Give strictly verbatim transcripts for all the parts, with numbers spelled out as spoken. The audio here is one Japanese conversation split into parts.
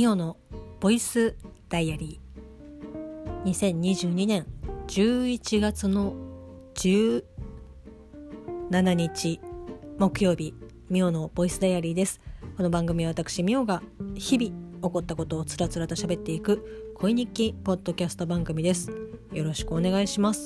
ミオのボイスダイアリー、にせんにじゅうにねんじゅういちがつのじゅうしちにち木曜日、ミオのボイスダイアリーです。この番組は私ミオが日々起こったことをつらつらと喋っていく恋日記ポッドキャスト番組です。よろしくお願いします。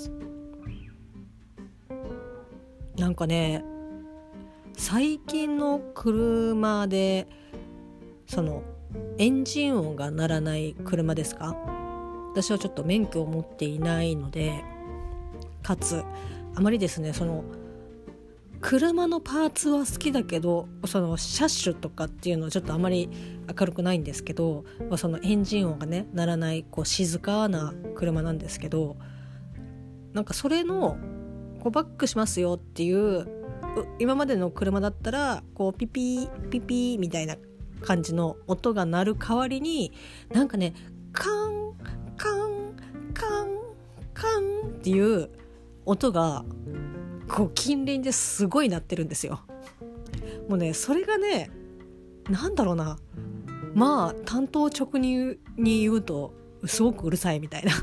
なんかね、最近の車でそのエンジン音が鳴らない車ですか？私はちょっと免許を持っていないので、かつあまりですね、その車のパーツは好きだけど、その車種とかっていうのはちょっとあまり明るくないんですけど、そのエンジン音がね鳴らないこう静かな車なんですけど、なんかそれのこうバックしますよっていう、今までの車だったらこうピピーピピーみたいな感じの音が鳴る代わりに、なんかねカンカンカンカンっていう音がこう近隣ですごい鳴ってるんですよ。もうね、それがね、なんだろうな、まあ単刀直入に言うとすごくうるさいみたいな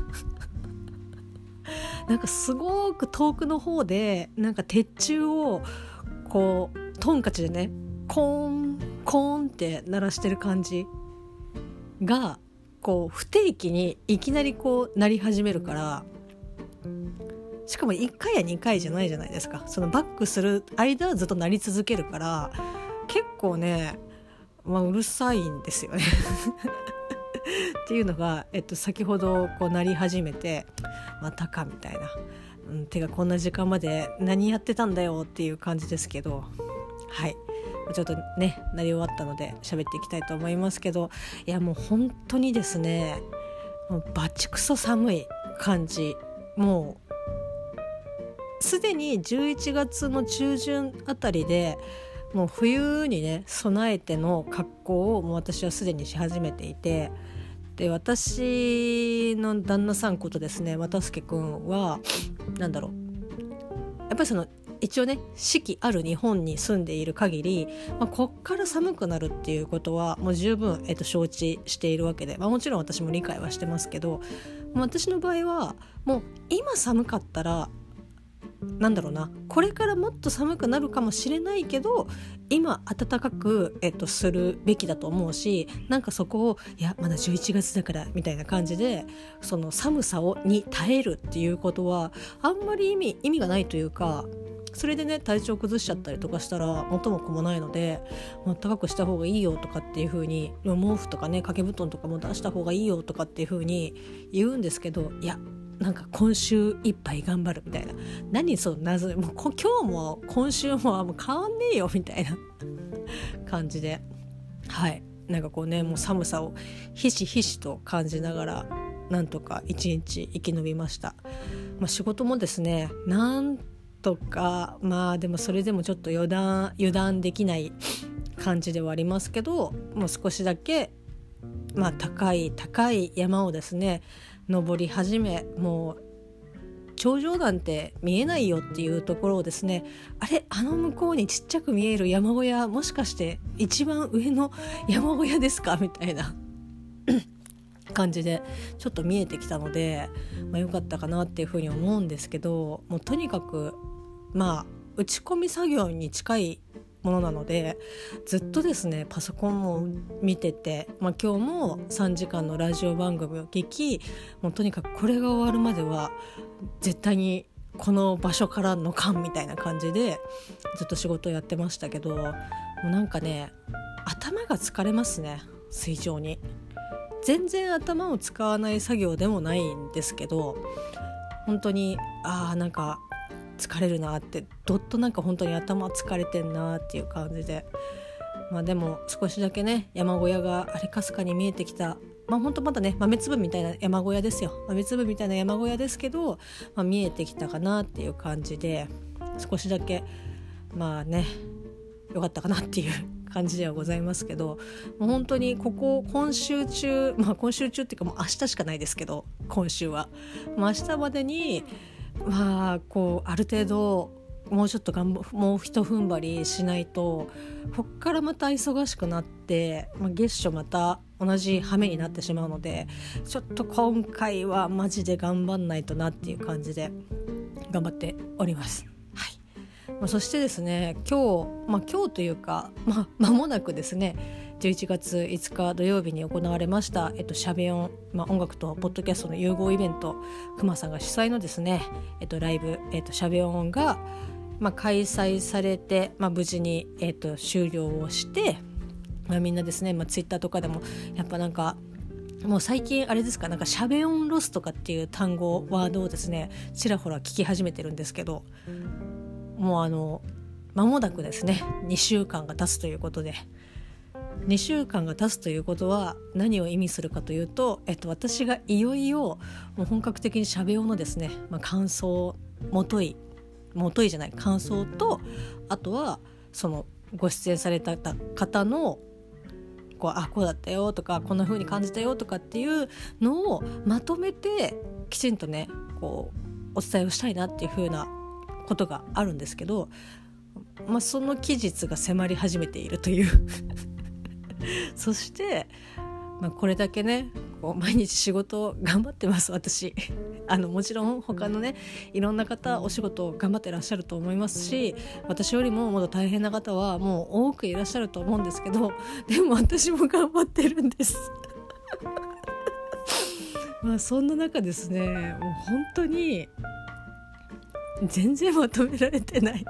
なんかすごく遠くの方でなんか鉄柱をこうトンカチでねコーンコーンって鳴らしてる感じがこう不定期にいきなりこう鳴り始めるから、しかもいっかいやにかいじゃないじゃないですか。そのバックする間はずっと鳴り続けるから、結構ね、まあ、うるさいんですよねっていうのが、えっと、先ほどこう鳴り始めて、またかみたいな、うん、てかこんな時間まで何やってたんだよっていう感じですけど、はい、ちょっとね鳴り終わったので喋っていきたいと思いますけど、いやもう本当にですね、もうバチクソ寒い感じ、もうすでにじゅういちがつの中旬あたりでもう冬にね備えての格好をもう私はすでにし始めていて、で私の旦那さんことですね、渡助くんはなんだろう、やっぱりその一応ね四季ある日本に住んでいる限り、まあ、こっから寒くなるっていうことはもう十分、えっと、承知しているわけで、まあ、もちろん私も理解はしてますけど、もう私の場合はもう今寒かったらなんだろうな、これからもっと寒くなるかもしれないけど今暖かく、えっと、するべきだと思うし、なんかそこをいやまだじゅういちがつだからみたいな感じでその寒さをに耐えるっていうことはあんまり意味、意味がないというか、それでね体調崩しちゃったりとかしたら元も子もないので、暖かくした方がいいよとかっていう風に、毛布とかね掛け布団とかも出した方がいいよとかっていう風に言うんですけど、いやなんか今週いっぱい頑張るみたいな、何その謎、もう今日も今週ももう変わんねえよみたいな感じで、はい、なんかこうね、もう寒さをひしひしと感じながらなんとか一日生き延びました。まあ、仕事もですねなんとか、まあでもそれでもちょっと油断油断できない感じではありますけど、もう少しだけまあ高い高い山をですね登り始め、もう頂上なんて見えないよっていうところをですね、あれあの向こうにちっちゃく見える山小屋、もしかして一番上の山小屋ですかみたいな感じでちょっと見えてきたので、まあ、よかったかなっていうふうに思うんですけど、もうとにかくまあ打ち込み作業に近いものなので、ずっとですねパソコンも見てて、まあ、今日もさんじかんのラジオ番組を聞き、もうとにかくこれが終わるまでは絶対にこの場所からのかんみたいな感じでずっと仕事をやってましたけど、もうなんかね頭が疲れますね。水上に全然頭を使わない作業でもないんですけど、本当にあーなんか疲れるなって、どっとなんか本当に頭疲れてんなっていう感じで、まあでも少しだけね山小屋があれかすかに見えてきた、まあ本当まだね豆粒みたいな山小屋ですよ、豆粒みたいな山小屋ですけど、まあ、見えてきたかなっていう感じで、少しだけまあねよかったかなっていう感じではございますけど、もう本当にここ今週中、まあ今週中っていうかもう明日しかないですけど、今週は、まあ、明日までにまあこうある程度もうちょっと頑張もう一踏ん張りしないと、こっからまた忙しくなって、まあ、月初また同じ羽目になってしまうので、ちょっと今回はマジで頑張んないとなっていう感じで頑張っております。はい。まあ、そしてですね、今日、まあ、今日というか、まあ、間もなくですね、じゅういちがついつか土曜日に行われました、えっと、シャベオン、まあ、音楽とポッドキャストの融合イベント、くまさんが主催のですね、えっと、ライブ、えっと、シャベオンが、まあ、開催されて、まあ、無事に、えっと、終了をして、まあ、みんなですね、まあ、ツイッターとかでもやっぱなんかもう最近あれですか、なんかシャベオンロスとかっていう単語ワードをですねちらほら聞き始めてるんですけど、もうあの間もなくですねにしゅうかんが経つということで、にしゅうかんが経つということは何を意味するかというと、えっと、私がいよいよもう本格的にシャベオンのですね、まあ、感想もといもといじゃない感想と、あとはそのご出演された方のこうあこうだったよとかこんな風に感じたよとかっていうのをまとめてきちんとねこうお伝えをしたいなっていう風なことがあるんですけど、まあ、その期日が迫り始めているというそして、まあ、これだけねこう毎日仕事を頑張ってます私あのもちろん他のねいろんな方お仕事を頑張ってらっしゃると思いますし、私よりももっと大変な方はもう多くいらっしゃると思うんですけど、でも私も頑張ってるんですまあそんな中ですね、もう本当に全然まとめられてない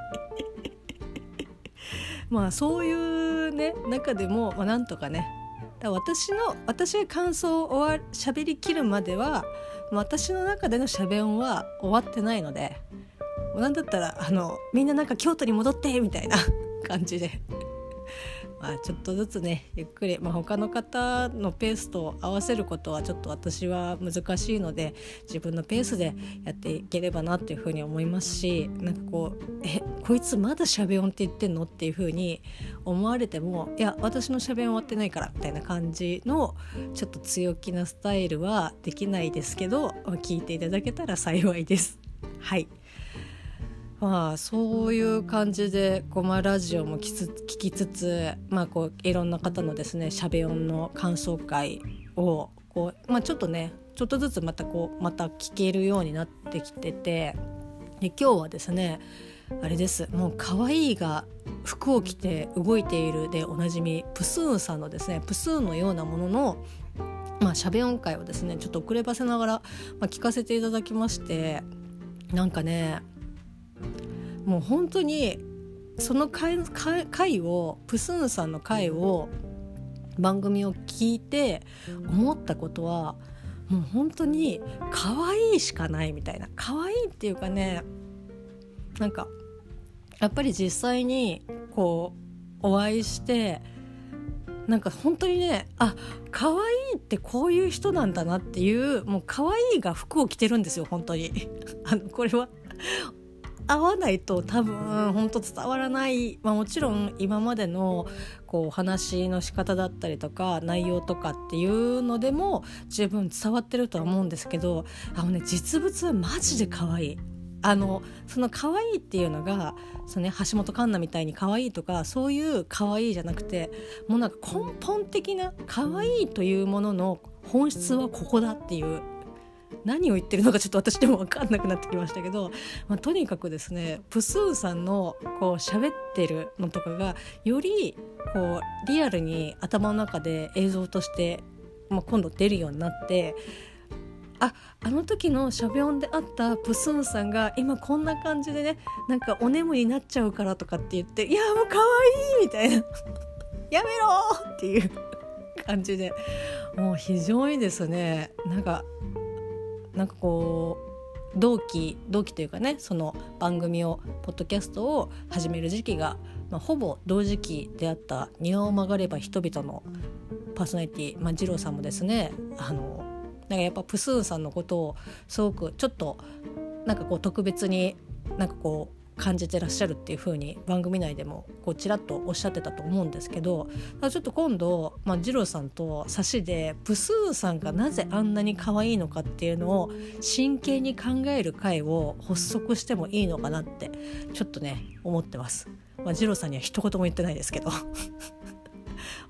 まあそういうね中でも、まあ、なんとかねだ私の私が感想を終わ喋りきるまでは私の中でのしゃべ音は終わってないので、なんだったらあのみんななんか京都に戻ってみたいな感じでまあちょっとずつねゆっくり、まあ、他の方のペースと合わせることはちょっと私は難しいので自分のペースでやっていければなっていうふうに思いますし、なんかこうえこいつまだしゃべ音って言ってんのっていうふうに思われても、いや私のしゃべ音終わってないからみたいな感じのちょっと強気なスタイルはできないですけど、聞いていただけたら幸いです。はい。まあそういう感じでごまラジオも聞きつつ、聞きつつまあこういろんな方のですねしゃべ音の感想会をこう、まあ、ちょっとねちょっとずつまたこうまた聞けるようになってきてて、で今日はですねあれです、もう可愛いが服を着て動いているでおなじみプスーンさんのですねプスーンのようなもののまあしゃべ音会をですねちょっと遅ればせながら、まあ、聞かせていただきまして、なんかねもう本当にその 回, 回をプスーンさんの回を番組を聞いて思ったことは、もう本当に可愛いしかないみたいな、可愛いっていうかね、なんかやっぱり実際にこうお会いしてなんか本当にね、あ可愛いってこういう人なんだなっていう、もう可愛いが服を着てるんですよ本当にあのこれは合わないと多分本当伝わらない、まあ、もちろん今までのこう話の仕方だったりとか内容とかっていうのでも十分伝わってるとは思うんですけど、あのね実物はマジで可愛い。あのその可愛いっていうのがその、ね、橋本環奈みたいに可愛いとかそういう可愛いじゃなくて、もうなんか根本的な可愛いというものの本質はここだっていう、何を言ってるのかちょっと私でも分かんなくなってきましたけど、まあ、とにかくですねプスーさんのこう喋ってるのとかがよりこうリアルに頭の中で映像として、まあ、今度出るようになって、ああの時のしゃべ音であったプスーンさんが今こんな感じでねなんかお眠りになっちゃうからとかって言って、いやもう可愛いみたいなやめろっていう感じで、もう非常にですねなんかなんかこう同期同期というかね、その番組をポッドキャストを始める時期が、まあ、ほぼ同時期であった庭を曲がれば人々のパーソナリティ、まあ、二郎さんもですね、あのなんかやっぱプスーンさんのことをすごくちょっとなんかこう特別になんかこう感じてらっしゃるっていう風に番組内でもこうちらっとおっしゃってたと思うんですけど、ちょっと今度、まあ、二郎さんと差しでプスーンさんがなぜあんなに可愛いのかっていうのを真剣に考える会を発足してもいいのかなってちょっとね思ってます。まあ、二郎さんには一言も言ってないですけど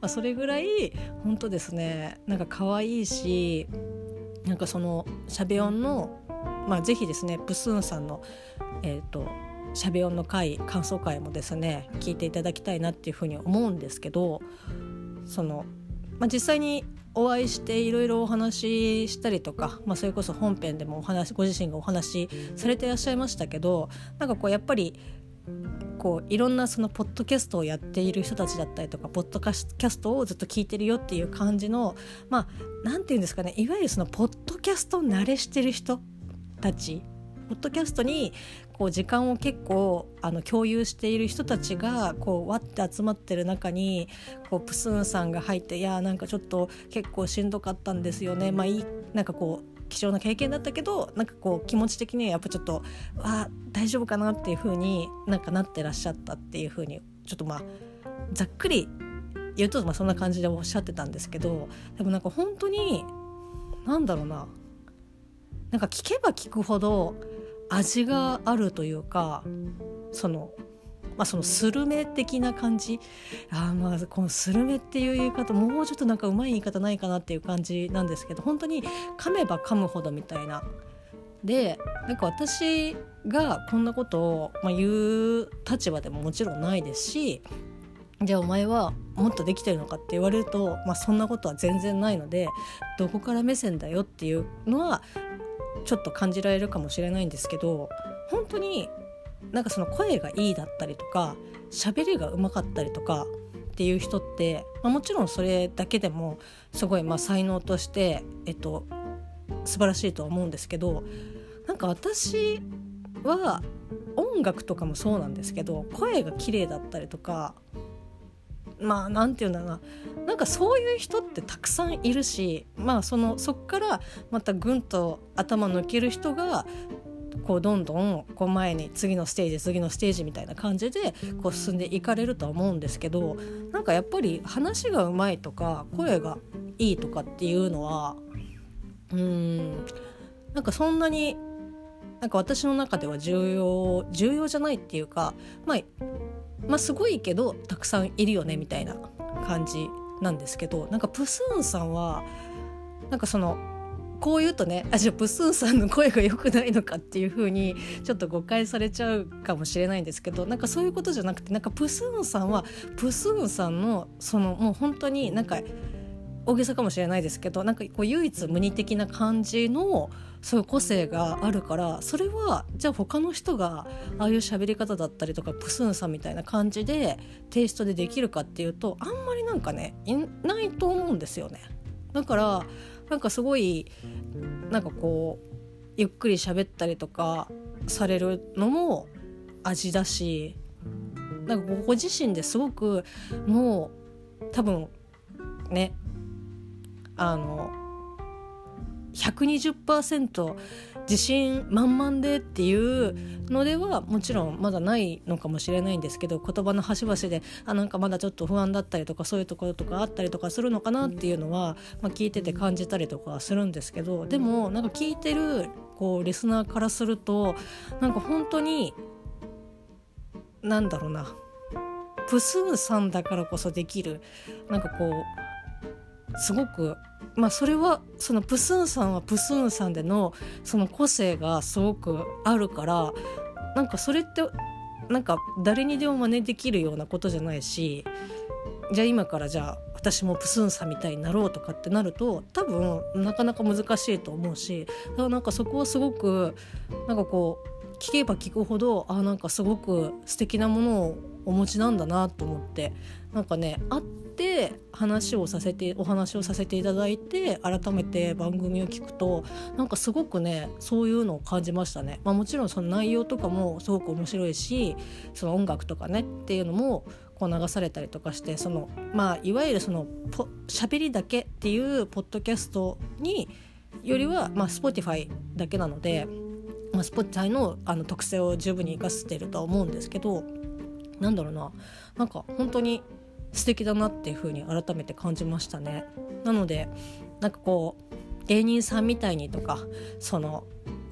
あ、それぐらい本当ですね、なんか可愛いし、なんかそのしゃべ音の、まあ、ぜひですねプスーンさんのえっとしゃべ音の回感想会もですね聞いていただきたいなっていうふうに思うんですけど、その、まあ、実際にお会いしていろいろお話ししたりとか、まあ、それこそ本編でもお話ご自身がお話しされていらっしゃいましたけど、なんかこうやっぱりこういろんなそのポッドキャストをやっている人たちだったりとか、ポッドキャストをずっと聞いてるよっていう感じの、まあなんていうんですかね、いわゆるそのポッドキャスト慣れしてる人たち、ポッドキャストにこう時間を結構あの共有している人たちがこうわって集まってる中にこうプスーンさんが入って、いやなんかちょっと結構しんどかったんですよね、まあいいなんかこう貴重な経験だったけど、なんかこう気持ち的にはやっぱちょっとあ大丈夫かなっていう風になんかなってらっしゃったっていう風にちょっとまあざっくり言うとまあそんな感じでおっしゃってたんですけど、でもなんか本当になんだろうな、なんか聞けば聞くほど味があるというか、そのまあそのスルメ的な感じ、あまあこのスルメっていう言い方もうちょっとなんかうまい言い方ないかなっていう感じなんですけど、本当に噛めば噛むほどみたいな。でなんか私がこんなことを、まあ、言う立場でももちろんないですし、じゃあお前はもっとできてるのかって言われると、まあ、そんなことは全然ないので、どこから目線だよっていうのはちょっと感じられるかもしれないんですけど、本当になんかその声がいいだったりとか喋りがうまかったりとかっていう人って、まあ、もちろんそれだけでもすごいまあ才能として、えっと、素晴らしいとは思うんですけど、なんか私は音楽とかもそうなんですけど、声が綺麗だったりとか、まあなんていうんだろうな、なんかそういう人ってたくさんいるし、まあそのそっからまたぐんと頭抜ける人がこうどんどんこう前に次のステージ次のステージみたいな感じでこう進んでいかれるとは思うんですけど、なんかやっぱり話がうまいとか声がいいとかっていうのはうーんなんかそんなになんか私の中では重要重要じゃないっていうか、まあ、まあすごいけどたくさんいるよねみたいな感じなんですけど、なんかプスーンさんはなんかそのこう言うとね、あじゃあプスーンさんの声が良くないのかっていう風にちょっと誤解されちゃうかもしれないんですけど、なんかそういうことじゃなくて、なんかプスーンさんはプスーンさんのそのもう本当になんか大げさかもしれないですけど、なんかこう唯一無二的な感じのそういう個性があるから、それはじゃあ他の人がああいう喋り方だったりとかプスーンさんみたいな感じでテイストでできるかっていうと、あんまりなんかねいないと思うんですよね。だからなんかすごいなんかこうゆっくり喋ったりとかされるのも味だし、なんかご自身ですごくもう多分ねあの ひゃくにじゅっパーセント 自信満々でっていうのではもちろんまだないのかもしれないんですけど、言葉の端々であなんかまだちょっと不安だったりとかそういうところとかあったりとかするのかなっていうのは、まあ、聞いてて感じたりとかするんですけど、でもなんか聞いてるこうリスナーからするとなんか本当になんだろうな、プスーンさんだからこそできるなんかこうすごくまあそれはそのプスーンさんはプスーンさんでのその個性がすごくあるから、なんかそれってなんか誰にでも真似できるようなことじゃないし、じゃあ今からじゃあ私もプスーンさんみたいになろうとかってなると多分なかなか難しいと思うし、だからなんかそこはすごくなんかこう聞けば聞くほどあなんかすごく素敵なものをお持ちなんだなと思って、なんかね会って話をさせてお話をさせていただいて改めて番組を聞くとなんかすごくねそういうのを感じましたね。まあ、もちろんその内容とかもすごく面白いし、その音楽とかねっていうのもこう流されたりとかして、そのまあいわゆるそのポ喋りだけっていうポッドキャストによりはまあ Spotify だけなので、まあ、Spotify のあの特性を十分に生かしているとは思うんですけど、なんだろうな、なんか本当に素敵だなっていう風に改めて感じましたね。なのでなんかこう芸人さんみたいにとかその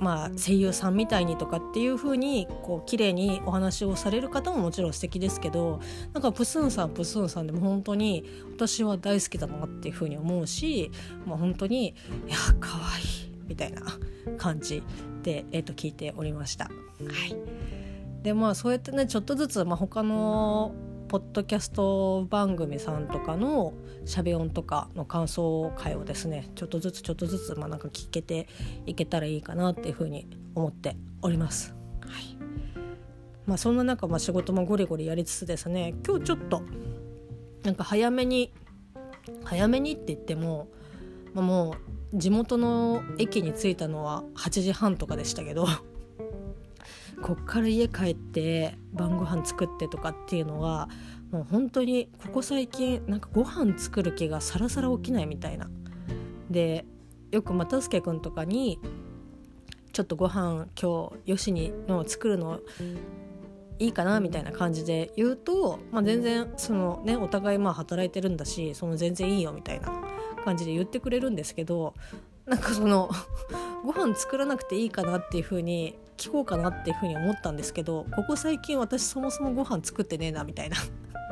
まあ、声優さんみたいにとかっていう風にこう綺麗にお話をされる方ももちろん素敵ですけど、なんかプスンさんプスンさんでも本当に私は大好きだなっていう風に思うし、まあ、本当にいや可愛いみたいな感じで、えー、と聞いておりました。はい。でまあそうやってねちょっとずつ、まあ、他のポッドキャスト番組さんとかのしゃべ音とかの感想会をですねちょっとずつちょっとずつまあなんか聞けていけたらいいかなっていうふうに思っております。はい。まあそんな中、まあ、仕事もゴリゴリやりつつですね、今日ちょっとなんか早めに早めにって言っても、まあ、もう地元の駅に着いたのははちじはんとかでしたけどこっから家帰って晩ご飯作ってとかっていうのはもう本当にここ最近なんかご飯作る気がさらさら起きないみたいなで、よく又助くんとかにちょっとご飯今日よしにの作るのいいかなみたいな感じで言うと、まあ、全然そのねお互いまあ働いてるんだしその全然いいよみたいな感じで言ってくれるんですけど、なんかそのご飯作らなくていいかなっていう風に聞こうかなっていう風に思ったんですけど、ここ最近私そもそもご飯作ってねえなみたいな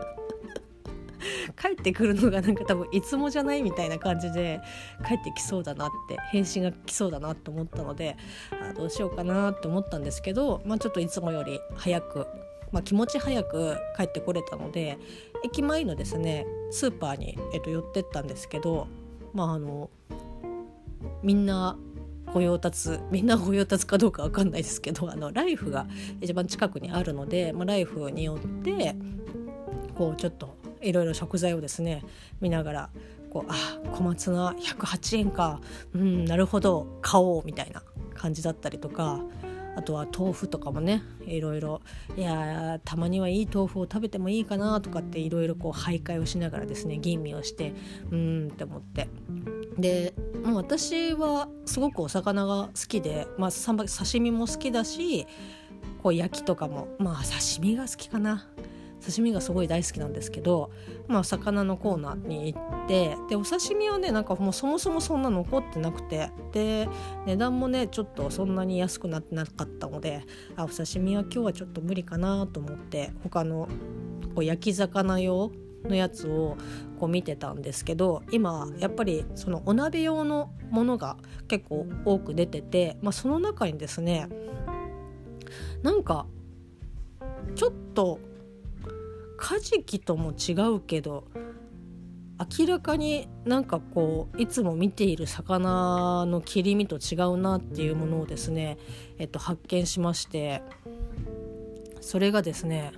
帰ってくるのがなんか多分いつもじゃないみたいな感じで帰ってきそうだなって返信が来そうだなと思ったので、あどうしようかなと思ったんですけど、まあ、ちょっといつもより早く、まあ、気持ち早く帰ってこれたので駅前のですねスーパーに、えっと、寄ってったんですけど、まああのみんな御用達みんな御用達かどうか分かんないですけど、あのライフが一番近くにあるので、まあ、ライフによってこうちょっといろいろ食材をですね見ながらこうあ小松菜ひゃくはちえんか、うんなるほど買おうみたいな感じだったりとか、あとは豆腐とかもねいろいろいやたまにはいい豆腐を食べてもいいかなとかっていろいろこう徘徊をしながらですね吟味をしてうーんって思って、でもう私はすごくお魚が好きで、まあ、刺身も好きだしこう焼きとかもまあ刺身が好きかな、刺身がすごい大好きなんですけど、まあ、魚のコーナーに行ってでお刺身はねなんかもうそもそもそんな残ってなくてで値段もねちょっとそんなに安くなってなかったのであお刺身は今日はちょっと無理かなと思って他のこう焼き魚用のやつをこう見てたんですけど、今やっぱりそのお鍋用のものが結構多く出てて、まあ、その中にですねなんかちょっとカジキとも違うけど明らかになんかこういつも見ている魚の切り身と違うなっていうものをですね、えっと、発見しまして、それがですね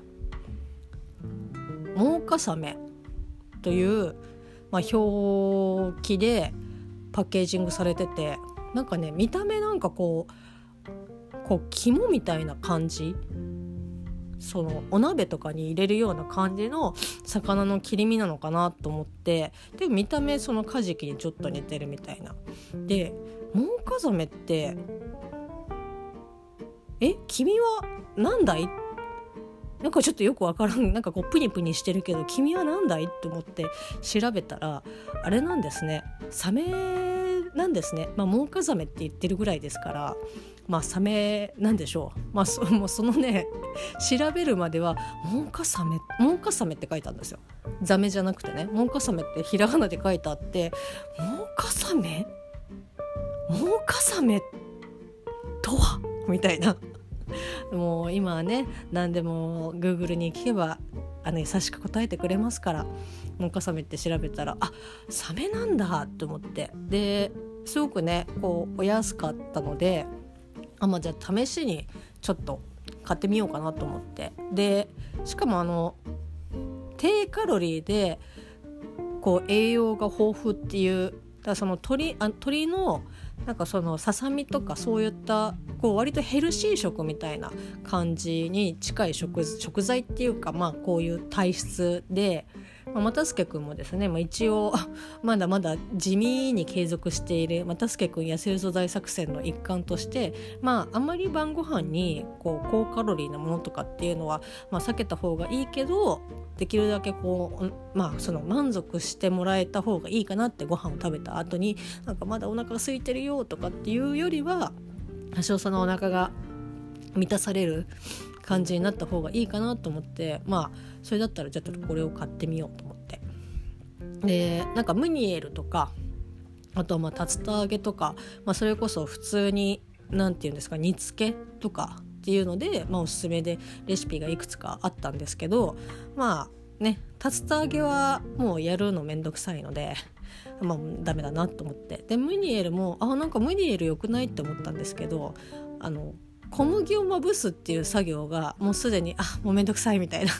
モウカサメという、まあ、表記でパッケージングされてて、なんかね見た目なんかこうこう肝みたいな感じ、そのお鍋とかに入れるような感じの魚の切り身なのかなと思って、で見た目そのカジキにちょっと似てるみたいな。でモウカザメってえ君は何だいなんかちょっとよくわからん、なんかこうプニプニしてるけど君は何だいって思って調べたらあれなんですね、サメなんですね。まあモウカザメって言ってるぐらいですからまあサメなんでしょう。まあ そ, もうそのね調べるまではモウカサメモウカサメって書いてあるんですよ。ザメじゃなくてねモウカサメってひらがなで書いてあって、モウカサメモウカサメとはみたいな。もう今はね何でも Google に聞けばあの優しく答えてくれますから、モウカサメって調べたらあサメなんだと思って、ですごくねこうお安かったのであ、まあ、じゃあ試しにちょっと買ってみようかなと思って、でしかもあの低カロリーでこう栄養が豊富っていう、だからその鶏、あ鶏のなんかそのささみとかそういったこう割とヘルシー食みたいな感じに近い 食, 食材っていうか、まあこういう体質で、まあ、又助くんもですね、まあ、一応まだまだ地味に継続している又助くん痩せるぞ大作戦の一環として、まああまり晩ご飯にこう高カロリーなものとかっていうのは、まあ、避けた方がいいけど、できるだけこう、まあ、その満足してもらえた方がいいかなって、ご飯を食べた後になんかまだお腹空いてるよとかっていうよりは多少そのお腹が満たされる感じになった方がいいかなと思って、まあそれだったらじゃあちょっとこれを買ってみようと思って、でなんかムニエルとか、あとはまあ竜田揚げとか、まあ、それこそ普通になんていうんですか、煮付けとかっていうので、まあ、おすすめでレシピがいくつかあったんですけど、まあね竜田揚げはもうやるのめんどくさいので、まあダメだなと思って、でムニエルもあなんかムニエル良くないって思ったんですけど、あの小麦をまぶすっていう作業がもうすでにあもうめんどくさいみたいな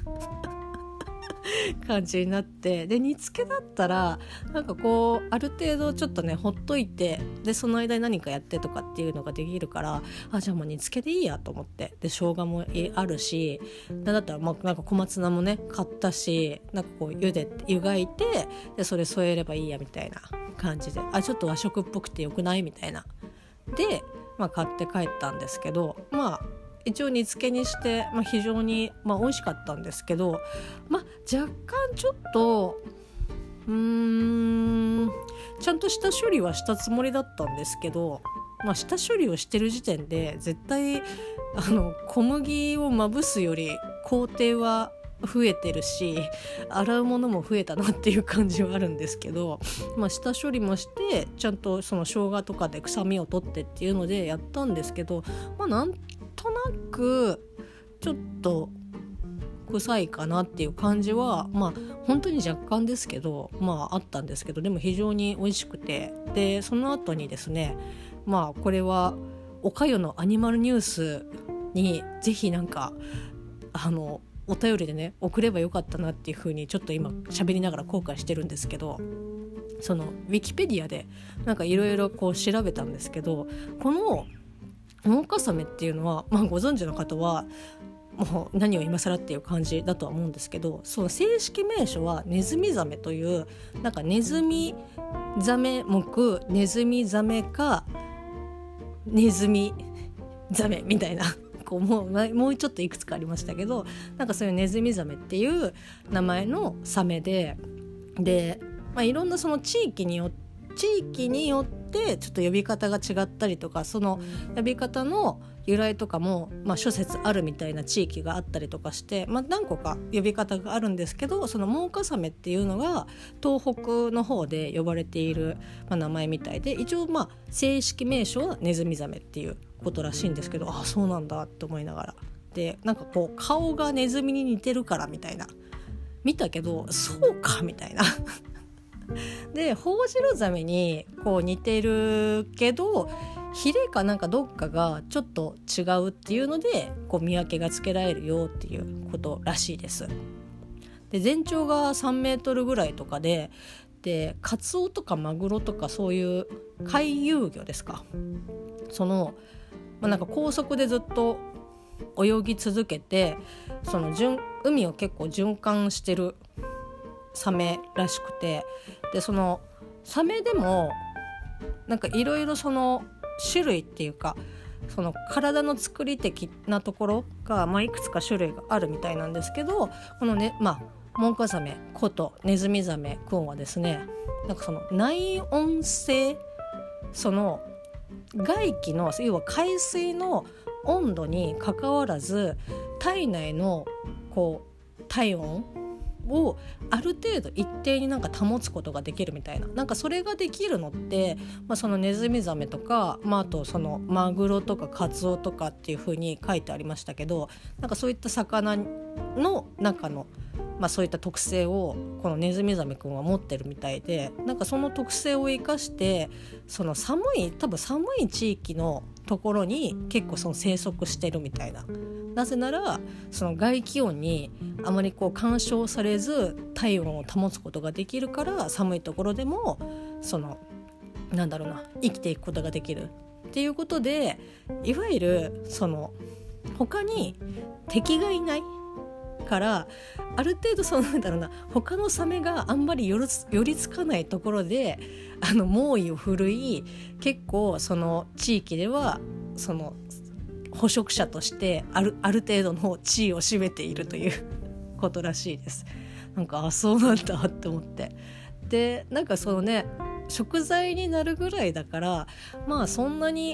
感じになって、で煮付けだったらなんかこうある程度ちょっとねほっといて、でその間に何かやってとかっていうのができるから、あじゃあもう煮付けでいいやと思って、で生姜もあるし、だったらまあなんか小松菜もね買ったし、なんかこう茹でて湯がいて、でそれ添えればいいやみたいな感じで、あちょっと和食っぽくてよくないみたいなで、まあ、買って帰ったんですけど、まあ一応煮付けにして、まあ、非常に、まあ、美味しかったんですけど、まあ、若干ちょっとうーんちゃんと下処理はしたつもりだったんですけど、まあ、下処理をしてる時点で絶対あの小麦をまぶすより工程は増えてるし、洗うものも増えたなっていう感じはあるんですけど、まあ、下処理もしてちゃんとその生姜とかで臭みを取ってっていうのでやったんですけど、まあなんとなくちょっと臭いかなっていう感じはまあ本当に若干ですけどまああったんですけど、でも非常に美味しくて、でその後にですね、まあこれはおかよのアニマルニュースにぜひなんかあのお便りでね送ればよかったなっていう風にちょっと今喋りながら後悔してるんですけど、そのウィキペディアでなんかいろいろこう調べたんですけど、このモウカサメっていうのは、まあ、ご存知の方はもう何を今更っていう感じだとは思うんですけど、その正式名称はネズミザメというなんかネズミザメ目ネズミザメかネズミザメみたいなこうもう、もうちょっといくつかありましたけど、なんかそういうネズミザメっていう名前のサメで、で、まあ、いろんなその地域によって地域によってちょっと呼び方が違ったりとか、その呼び方の由来とかも、まあ、諸説あるみたいな地域があったりとかして、まあ、何個か呼び方があるんですけど、そのモウカサメっていうのが東北の方で呼ばれている、まあ、名前みたいで、一応まあ正式名称はネズミザメっていうことらしいんですけど、あそうなんだって思いながら、でなんかこう顔がネズミに似てるからみたいな見たけど、そうかみたいなでホウジロザメにこう似てるけどヒレかなんかどっかがちょっと違うっていうのでこう見分けがつけられるよっていうことらしいです。で全長がさんメートルぐらいとかで、でカツオとかマグロとかそういう回遊魚ですか、その、まあ、なんか高速でずっと泳ぎ続けてその順海を結構循環してるサメらしくて、でそのサメでもなんかいろいろその種類っていうかその体の作り的なところが、まあ、いくつか種類があるみたいなんですけど、このねまあモウカザメことネズミザメくんはですね、なんかその内温性、その外気の要は海水の温度にかかわらず体内のこう体温をある程度一定になんか保つことができるみたいな、なんかそれができるのって、まあ、そのネズミザメとか、まあ、あとそのマグロとかカツオとかっていう風に書いてありましたけど、なんかそういった魚の中の、まあ、そういった特性をこのネズミザメくんは持ってるみたいで、なんかその特性を生かしてその寒い多分寒い地域のところに結構その生息してるみたいな、なぜならその外気温にあまりこう干渉されず体温を保つことができるから、寒いところでもそのなんだろうな生きていくことができるっていうことで、いわゆるその他に敵がいないからある程度そのなんだろうな他のサメがあんまり寄りつかないところであの猛威を振るい、結構その地域ではその捕食者としてある、ある程度の地位を占めているということらしいです。なんかあそうなんだって思って、でなんかそのね食材になるぐらいだからまあそんなに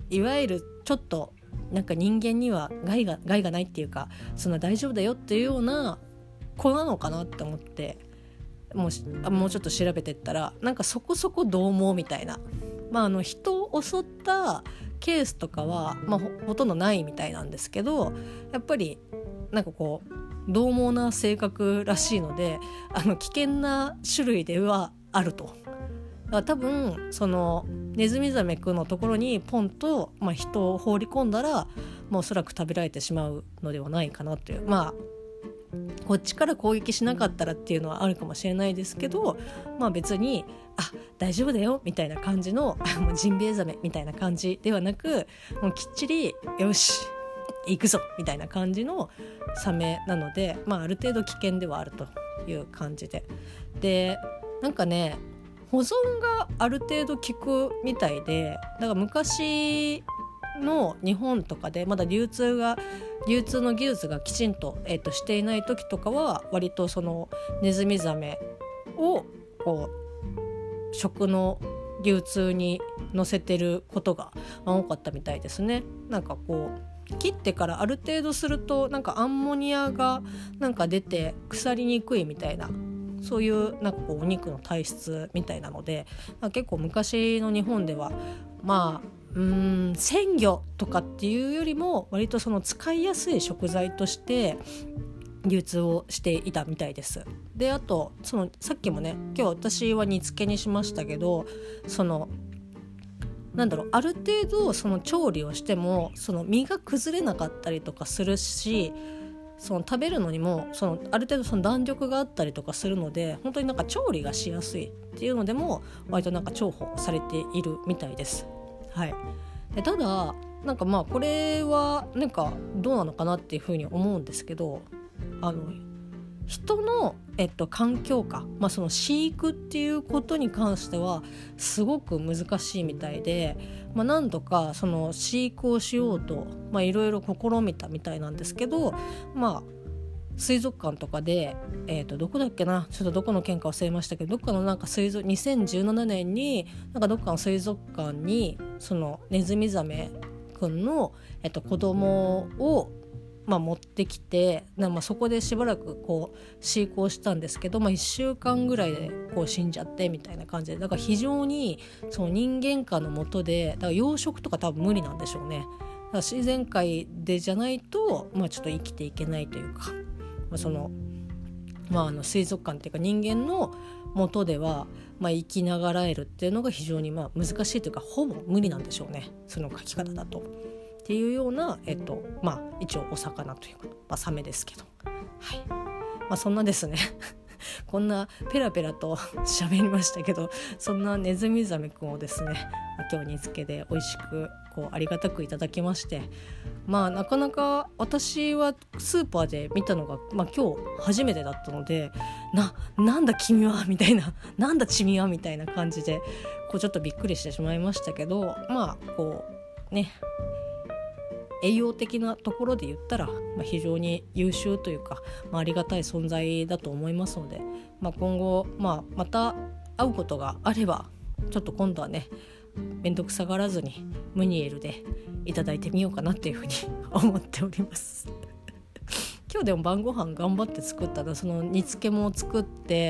いわゆるちょっとなんか人間には害が害がないっていうか、そんな大丈夫だよっていうような子なのかなって思って、もう、もうちょっと調べてったらなんかそこそこ獰猛みたいな、まあ、あの人を襲ったケースとかは、まあ、ほ, ほとんどないみたいなんですけど、やっぱりなんかこう獰猛な性格らしいので、あの危険な種類ではあると。だから多分そのネズミザメくんのところにポンと、まあ、人を放り込んだら、まあ、おそらく食べられてしまうのではないかなという、まあこっちから攻撃しなかったらっていうのはあるかもしれないですけど、まあ別にあ大丈夫だよみたいな感じのもうジンベエザメみたいな感じではなく、もうきっちりよし行くぞみたいな感じのサメなので、まあある程度危険ではあるという感じで、でなんかね保存がある程度効くみたいで、だから昔の日本とかでまだ流通が流通の技術がきちんと、えー、としていない時とかは割とそのネズミザメをこう食の流通に載せてることが多かったみたいですね。なんかこう切ってからある程度するとなんかアンモニアがなんか出て腐りにくいみたいな、そういうなんかこうお肉の体質みたいなので、結構昔の日本ではまあうーん鮮魚とかっていうよりも割とその使いやすい食材として流通をしていたみたいです。であとそのさっきもね今日私は煮付けにしましたけど、そのなんだろうある程度その調理をしてもその身が崩れなかったりとかするし、その食べるのにもそのある程度その弾力があったりとかするので、本当になんか調理がしやすいっていうのでも割となんか重宝されているみたいです。はい、でただなんかまあこれはなんかどうなのかなっていうふうに思うんですけど、あの人の、えっと、環境下、まあ、その飼育っていうことに関してはすごく難しいみたいで、まあ、何度かその飼育をしようといろいろ試みたみたいなんですけど、まあ水族館とかで、えーと、どこだっけなちょっとどこの県か忘れましたけど、どっかのなんか水族にせんじゅうななねんになんかどっかの水族館にそのネズミザメくんの、えーと、子供をまあ、持ってきて、まあ、そこでしばらくこう飼育をしたんですけど、まあ、いっしゅうかんぐらいでこう死んじゃってみたいな感じで、だから非常にその人間下の下で、だから養殖とか多分無理なんでしょうね。だから自然界でじゃないと、まあ、ちょっと生きていけないというか、まあそのまあ、あの水族館っていうか人間の下では、まあ、生きながらえるっていうのが非常にまあ難しいというかほぼ無理なんでしょうね、その書き方だと。っていうような、えっとまあ、一応お魚というか、まあ、サメですけど、はいまあ、そんなですねこんなペラペラと喋りましたけど、そんなネズミザメくんをですね今日煮付けで美味しくこうありがたくいただきまして、まあなかなか私はスーパーで見たのが、まあ、今日初めてだったので、な、なんだ君はみたいな、なんだ君はみたいな感じでこうちょっとびっくりしてしまいましたけど、まあこうね栄養的なところで言ったら、まあ、非常に優秀というか、まあ、ありがたい存在だと思いますので、まあ、今後、まあ、また会うことがあればちょっと今度はねめんどくさがらずにムニエルでいただいてみようかなっていうふうに思っております今日でも晩ご飯頑張って作ったらその煮付けも作って、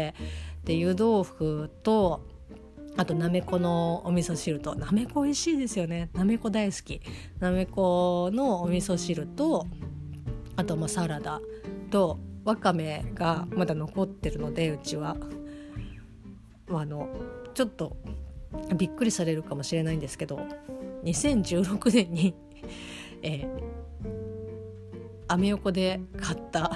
で湯豆腐とあとなめこのお味噌汁と、なめこ美味しいですよね、なめこ大好き、なめこのお味噌汁と、あとまあサラダとわかめがまだ残ってるので、うちはあのちょっとびっくりされるかもしれないんですけど、にせんじゅうろくねんに、えー、アメ横で買った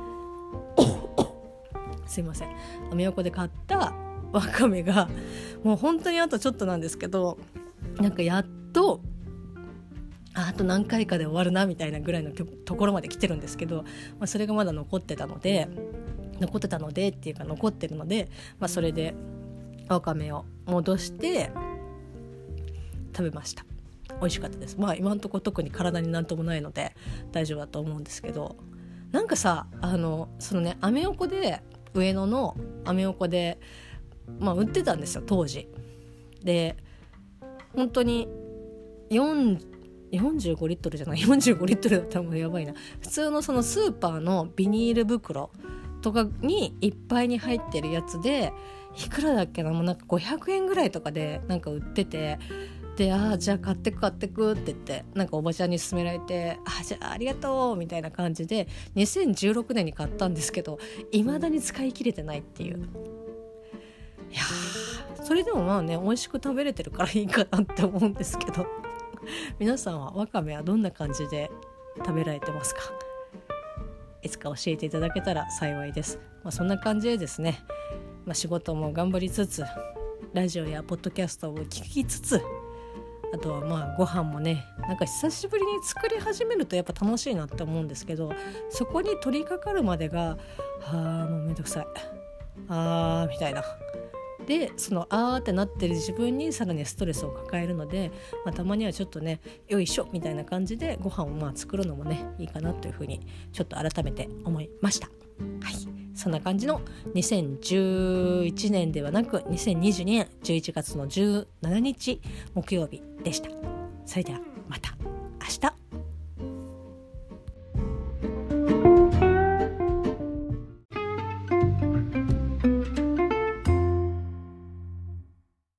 すいませんアメ横で買ったわかめがもう本当にあとちょっとなんですけど、なんかやっと あ, あと何回かで終わるなみたいなぐらいのところまで来てるんですけど、まあ、それがまだ残ってたので残ってたのでっていうか残ってるので、まあ、それでわかめを戻して食べました。美味しかったです。まあ今のところ特に体になんともないので大丈夫だと思うんですけど、なんかさあのそのねアメ横で上野のアメ横でまあ売ってたんですよ当時で。本当によんじゅうごリットルじゃないよんじゅうごリットルだったらもうやばいな。普通のそのスーパーのビニール袋とかにいっぱいに入ってるやつでいくらだっけな、もうなんかごひゃくえんぐらいとかでなんか売ってて、でああじゃあ買ってく買ってくって言ってなんかおばちゃんに勧められて、あじゃあありがとうみたいな感じでにせんじゅうろくねんに買ったんですけど、未だに使い切れてないっていう。いやそれでもまあね美味しく食べれてるからいいかなって思うんですけど皆さんはわかめはどんな感じで食べられてますか？いつか教えていただけたら幸いです。まあ、そんな感じでですね、まあ、仕事も頑張りつつラジオやポッドキャストを聞きつつ、あとはまあご飯もねなんか久しぶりに作り始めるとやっぱ楽しいなって思うんですけど、そこに取り掛かるまでがあーもうめんどくさいあーみたいなで、そのあーってなってる自分にさらにストレスを抱えるので、まあ、たまにはちょっとねよいしょみたいな感じでご飯をまあ作るのもねいいかなというふうにちょっと改めて思いました。はい、そんな感じのにせんじゅういちねんではなくにせんにじゅうにねんじゅういちがつのじゅうしちにち木曜日でした。それでは。